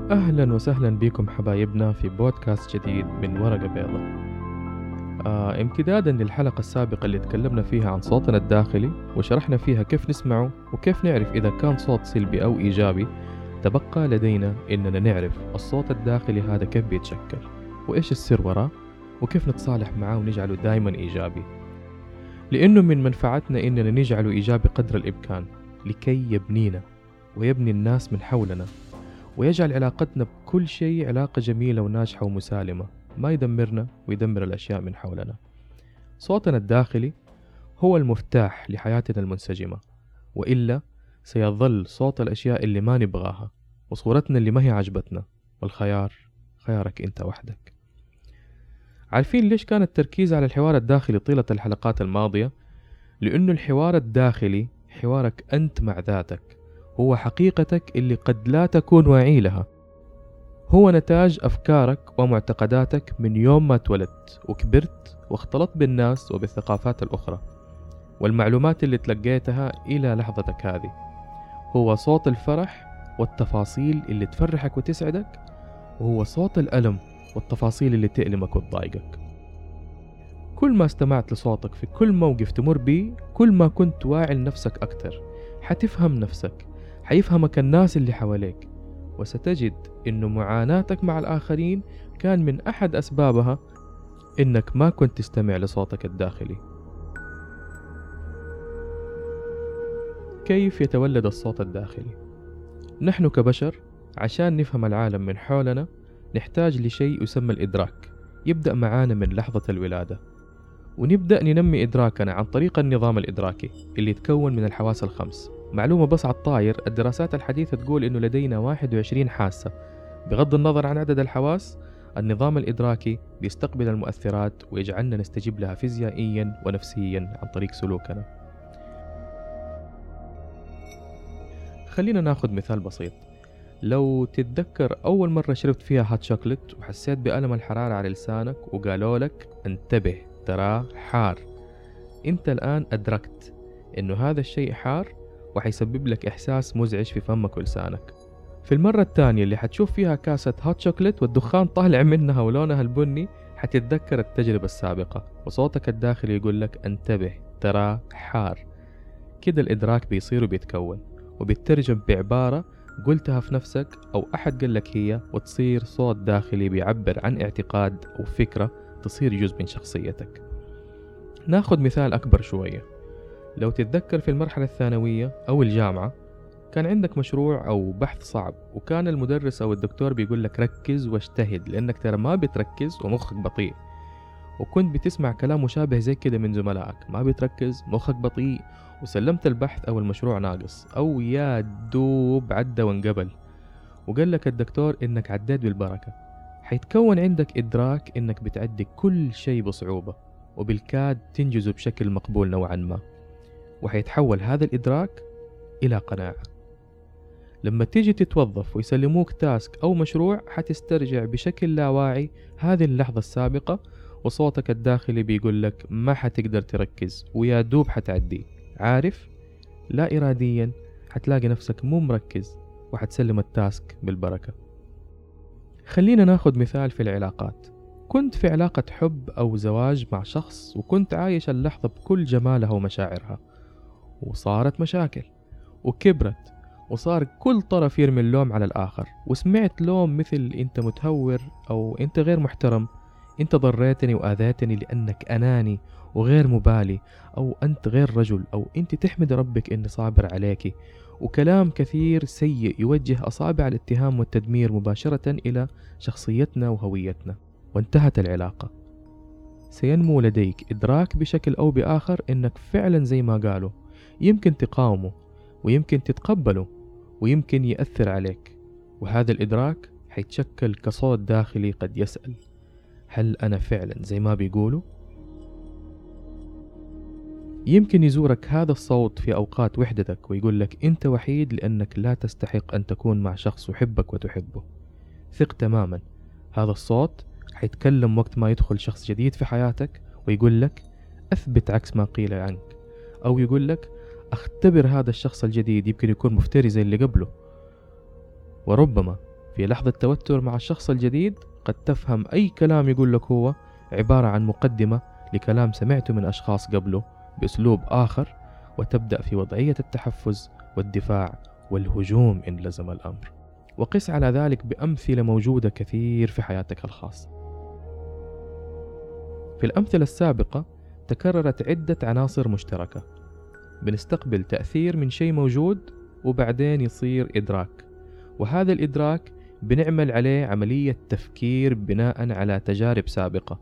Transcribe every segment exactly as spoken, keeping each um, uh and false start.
أهلا وسهلا بكم حبايبنا في بودكاست جديد من ورقة بيضاء. آه امتدادا للحلقة السابقة اللي تكلمنا فيها عن صوتنا الداخلي وشرحنا فيها كيف نسمعه وكيف نعرف إذا كان صوت سلبي أو إيجابي، تبقى لدينا إننا نعرف الصوت الداخلي هذا كيف بيتشكل وإيش السر وراه وكيف نتصالح معاه ونجعله دائما إيجابي، لأنه من منفعتنا إننا نجعله إيجابي قدر الإمكان لكي يبنينا ويبني الناس من حولنا ويجعل علاقتنا بكل شيء علاقة جميلة وناجحة ومسالمة، ما يدمرنا ويدمر الأشياء من حولنا. صوتنا الداخلي هو المفتاح لحياتنا المنسجمة، وإلا سيظل صوت الأشياء اللي ما نبغاها وصورتنا اللي ما هي عجبتنا، والخيار خيارك أنت وحدك. عارفين ليش كان التركيز على الحوار الداخلي طيلة الحلقات الماضية؟ لأنه الحوار الداخلي حوارك أنت مع ذاتك، هو حقيقتك اللي قد لا تكون واعي لها، هو نتاج أفكارك ومعتقداتك من يوم ما اتولدت وكبرت واختلطت بالناس وبالثقافات الأخرى والمعلومات اللي تلقيتها إلى لحظتك هذه. هو صوت الفرح والتفاصيل اللي تفرحك وتسعدك، وهو صوت الألم والتفاصيل اللي تألمك وتضايقك. كل ما استمعت لصوتك في كل موقف تمر بيه، كل ما كنت واعي لنفسك أكتر، حتفهم نفسك، حيفهمك الناس اللي حواليك، وستجد إنه معاناتك مع الآخرين كان من أحد أسبابها إنك ما كنت تستمع لصوتك الداخلي. كيف يتولد الصوت الداخلي؟ نحن كبشر عشان نفهم العالم من حولنا نحتاج لشيء يسمى الإدراك، يبدأ معانا من لحظة الولادة، ونبدأ ننمي إدراكنا عن طريق النظام الإدراكي اللي يتكون من الحواس الخمس. معلومة بس على الطاير، الدراسات الحديثة تقول إنه لدينا واحد وعشرين حاسة. بغض النظر عن عدد الحواس، النظام الإدراكي بيستقبل المؤثرات ويجعلنا نستجيب لها فيزيائيا ونفسيا عن طريق سلوكنا. خلينا ناخذ مثال بسيط. لو تتذكر أول مرة شربت فيها هات شوكلت وحسيت بألم الحرارة على لسانك وقالوا لك انتبه ترى حار، انت الآن أدركت إنه هذا الشيء حار وحيسبب لك إحساس مزعج في فمك ولسانك. في المرة الثانية اللي حتشوف فيها كاسة هوت شوكلت والدخان طالع منها ولونها البني، حتتذكر التجربة السابقة وصوتك الداخلي يقول لك انتبه ترى حار. كده الإدراك بيصير وبيتكون وبيترجم بعبارة قلتها في نفسك أو أحد قال لك هي، وتصير صوت داخلي بيعبر عن اعتقاد أو فكرة تصير جزء من شخصيتك. ناخذ مثال أكبر شوية. لو تتذكر في المرحلة الثانوية أو الجامعة كان عندك مشروع أو بحث صعب، وكان المدرس أو الدكتور بيقول لك ركز واجتهد لأنك ترى ما بتركز ومخك بطيء، وكنت بتسمع كلام مشابه زي كده من زملائك، ما بتركز مخك بطيء، وسلمت البحث أو المشروع ناقص أو يا دوب عدى وانقبل، وقال لك الدكتور إنك عديت بالبركة. حيتكون عندك إدراك إنك بتعدي كل شيء بصعوبة وبالكاد تنجزه بشكل مقبول نوعا ما، وحيتحول هذا الإدراك إلى قناعة. لما تيجي تتوظف ويسلموك تاسك أو مشروع، حتسترجع بشكل لا واعي هذه اللحظة السابقة، وصوتك الداخلي بيقول لك ما حتقدر تركز ويا دوب حتعدي. عارف؟ لا إراديا حتلاقي نفسك مو مركز وحتسلم التاسك بالبركة. خلينا ناخد مثال في العلاقات. كنت في علاقة حب أو زواج مع شخص، وكنت عايش اللحظة بكل جمالها ومشاعرها، وصارت مشاكل وكبرت وصار كل طرف يرمي اللوم على الآخر، وسمعت لوم مثل أنت متهور أو أنت غير محترم، أنت ضريتني وآذيتني لأنك أناني وغير مبالي، أو أنت غير رجل، أو أنت تحمد ربك إني صابر عليكي، وكلام كثير سيء يوجه أصابع الاتهام والتدمير مباشرة إلى شخصيتنا وهويتنا، وانتهت العلاقة. سينمو لديك إدراك بشكل أو بآخر إنك فعلا زي ما قالوا، يمكن تقاومه ويمكن تتقبله ويمكن يأثر عليك، وهذا الإدراك حيتشكل كصوت داخلي قد يسأل: هل أنا فعلا زي ما بيقولوا؟ يمكن يزورك هذا الصوت في أوقات وحدتك ويقول لك أنت وحيد لأنك لا تستحق أن تكون مع شخص يحبك وتحبه. ثق تماما هذا الصوت حيتكلم وقت ما يدخل شخص جديد في حياتك ويقول لك أثبت عكس ما قيل عنك، أو يقول لك اختبر هذا الشخص الجديد يمكن يكون مفتري زي اللي قبله. وربما في لحظة توتر مع الشخص الجديد قد تفهم أي كلام يقول لك هو عبارة عن مقدمة لكلام سمعته من أشخاص قبله بأسلوب آخر، وتبدأ في وضعية التحفز والدفاع والهجوم إن لزم الأمر. وقس على ذلك بأمثلة موجودة كثير في حياتك الخاصة. في الأمثلة السابقة تكررت عدة عناصر مشتركة. بنستقبل تأثير من شيء موجود وبعدين يصير إدراك، وهذا الإدراك بنعمل عليه عملية تفكير بناء على تجارب سابقة،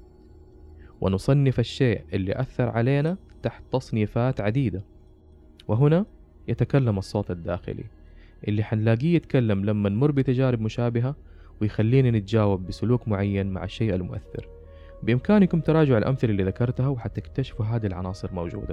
ونصنف الشيء اللي أثر علينا تحت تصنيفات عديدة. وهنا يتكلم الصوت الداخلي اللي حنلاقيه يتكلم لما نمر بتجارب مشابهة ويخلينا نتجاوب بسلوك معين مع الشيء المؤثر. بإمكانكم تراجعوا الأمثلة اللي ذكرتها وحتكتشفوا هذه العناصر موجودة.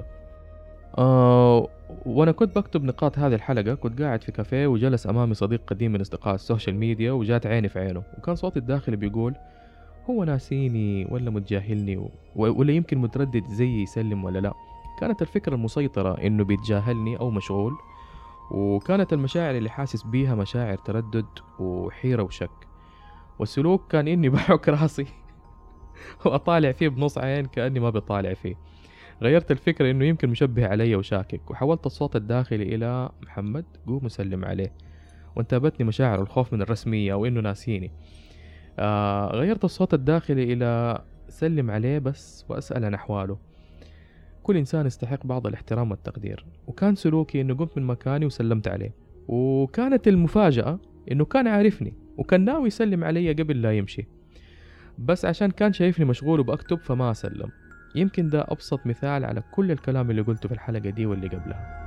آه وأنا كنت بكتب نقاط هذه الحلقة كنت قاعد في كافيه وجلس أمامي صديق قديم من أصدقاء السوشيال ميديا، وجات عيني في عينه، وكان صوتي الداخلي بيقول هو ناسيني ولا متجاهلني و... ولا يمكن متردد زي يسلم ولا لا. كانت الفكرة المسيطرة إنه بيتجاهلني أو مشغول، وكانت المشاعر اللي حاسس بيها مشاعر تردد وحيرة وشك، والسلوك كان إني بحك راسي وأطالع فيه بنص عين كأني ما بطالع فيه. غيرت الفكرة إنه يمكن مشبه علي وشاكك، وحولت الصوت الداخلي إلى محمد قوم وسلم عليه، وانتابتني مشاعر الخوف من الرسمية أو إنه ناسيني. آه غيرت الصوت الداخلي إلى سلم عليه بس وأسأل عن أحواله. كل إنسان يستحق بعض الاحترام والتقدير. وكان سلوكي إنه قمت من مكاني وسلمت عليه، وكانت المفاجأة إنه كان عارفني وكان ناوي يسلم علي قبل لا يمشي، بس عشان كان شايفني مشغول وبأكتب فما أسلم. يمكن ده أبسط مثال على كل الكلام اللي قلته في الحلقة دي واللي قبلها.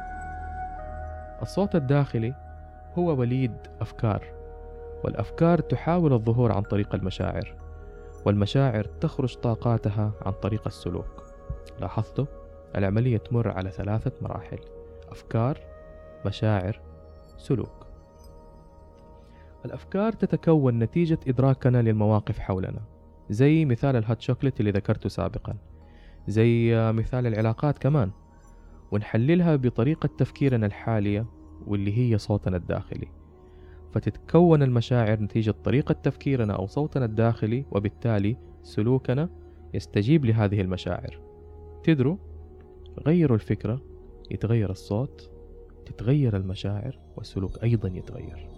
الصوت الداخلي هو وليد أفكار، والأفكار تحاول الظهور عن طريق المشاعر، والمشاعر تخرج طاقاتها عن طريق السلوك. لاحظتوا؟ العملية تمر على ثلاثة مراحل: أفكار، مشاعر، سلوك. الأفكار تتكون نتيجة إدراكنا للمواقف حولنا، زي مثال الهات شوكليت اللي ذكرته سابقا، زي مثال العلاقات كمان، ونحللها بطريقة تفكيرنا الحالية واللي هي صوتنا الداخلي. فتتكون المشاعر نتيجة طريقة تفكيرنا أو صوتنا الداخلي، وبالتالي سلوكنا يستجيب لهذه المشاعر. تدروا؟ غيروا الفكرة يتغير الصوت، تتغير المشاعر، والسلوك أيضا يتغير.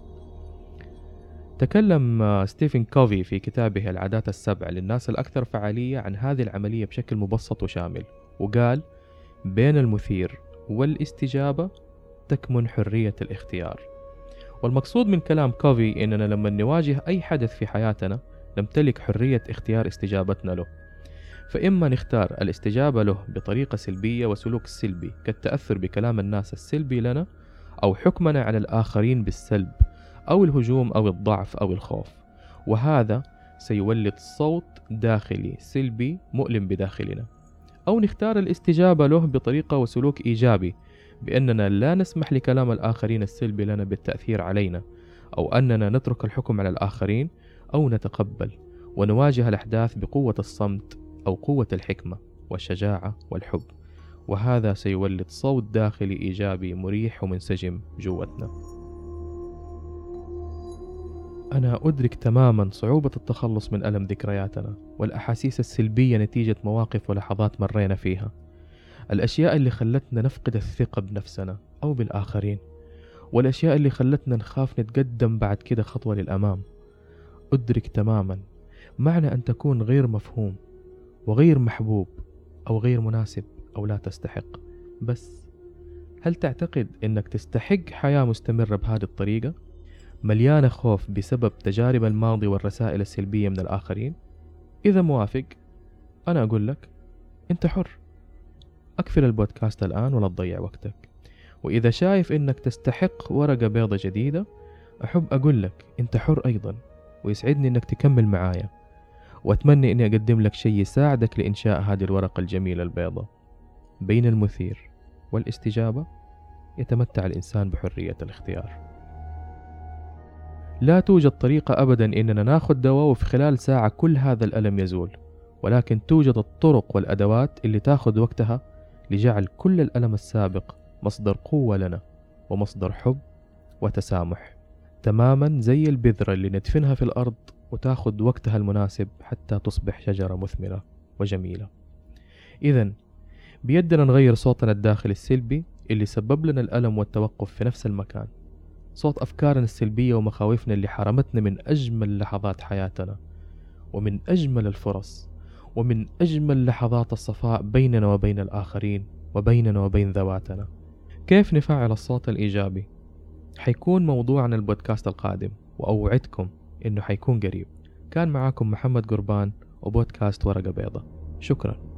تكلم ستيفن كوفي في كتابه العادات السبع للناس الأكثر فعالية عن هذه العملية بشكل مبسط وشامل، وقال: بين المثير والاستجابة تكمن حرية الاختيار. والمقصود من كلام كوفي إننا لما نواجه أي حدث في حياتنا نمتلك حرية اختيار استجابتنا له، فإما نختار الاستجابة له بطريقة سلبية وسلوك سلبي كالتأثر بكلام الناس السلبي لنا، أو حكمنا على الآخرين بالسلب أو الهجوم أو الضعف أو الخوف، وهذا سيولد صوت داخلي سلبي مؤلم بداخلنا. أو نختار الاستجابة له بطريقة وسلوك إيجابي، بأننا لا نسمح لكلام الآخرين السلبي لنا بالتأثير علينا، أو أننا نترك الحكم على الآخرين، أو نتقبل ونواجه الأحداث بقوة الصمت أو قوة الحكمة والشجاعة والحب، وهذا سيولد صوت داخلي إيجابي مريح ومنسجم جوتنا. أنا أدرك تماما صعوبة التخلص من ألم ذكرياتنا والأحاسيس السلبية نتيجة مواقف ولحظات مرينا فيها، الأشياء اللي خلتنا نفقد الثقة بنفسنا أو بالآخرين، والأشياء اللي خلتنا نخاف نتقدم بعد كده خطوة للأمام. أدرك تماما معنى أن تكون غير مفهوم وغير محبوب أو غير مناسب أو لا تستحق. بس هل تعتقد أنك تستحق حياة مستمرة بهذه الطريقة مليانة خوف بسبب تجارب الماضي والرسائل السلبية من الآخرين؟ إذا موافق أنا أقول لك أنت حر. أقفل البودكاست الآن ولا تضيع وقتك. وإذا شايف أنك تستحق ورقة بيضة جديدة، أحب أقول لك أنت حر أيضا، ويسعدني أنك تكمل معايا، وأتمنى أني أقدم لك شيء يساعدك لإنشاء هذه الورقة الجميلة البيضة. بين المثير والاستجابة يتمتع الإنسان بحرية الاختيار. لا توجد طريقة أبدا إننا ناخذ دواء وفي خلال ساعة كل هذا الألم يزول، ولكن توجد الطرق والأدوات اللي تاخذ وقتها لجعل كل الألم السابق مصدر قوة لنا ومصدر حب وتسامح. تماما زي البذرة اللي ندفنها في الأرض وتاخد وقتها المناسب حتى تصبح شجرة مثمرة وجميلة. إذن بيدنا نغير صوتنا الداخلي السلبي اللي سبب لنا الألم والتوقف في نفس المكان، صوت أفكارنا السلبية ومخاوفنا اللي حرمتنا من أجمل لحظات حياتنا ومن أجمل الفرص ومن أجمل لحظات الصفاء بيننا وبين الآخرين وبيننا وبين ذواتنا. كيف نفعل الصوت الإيجابي؟ حيكون موضوعنا البودكاست القادم، وأوعدكم إنه حيكون قريب. كان معاكم محمد قربان وبودكاست ورقة بيضة. شكرا.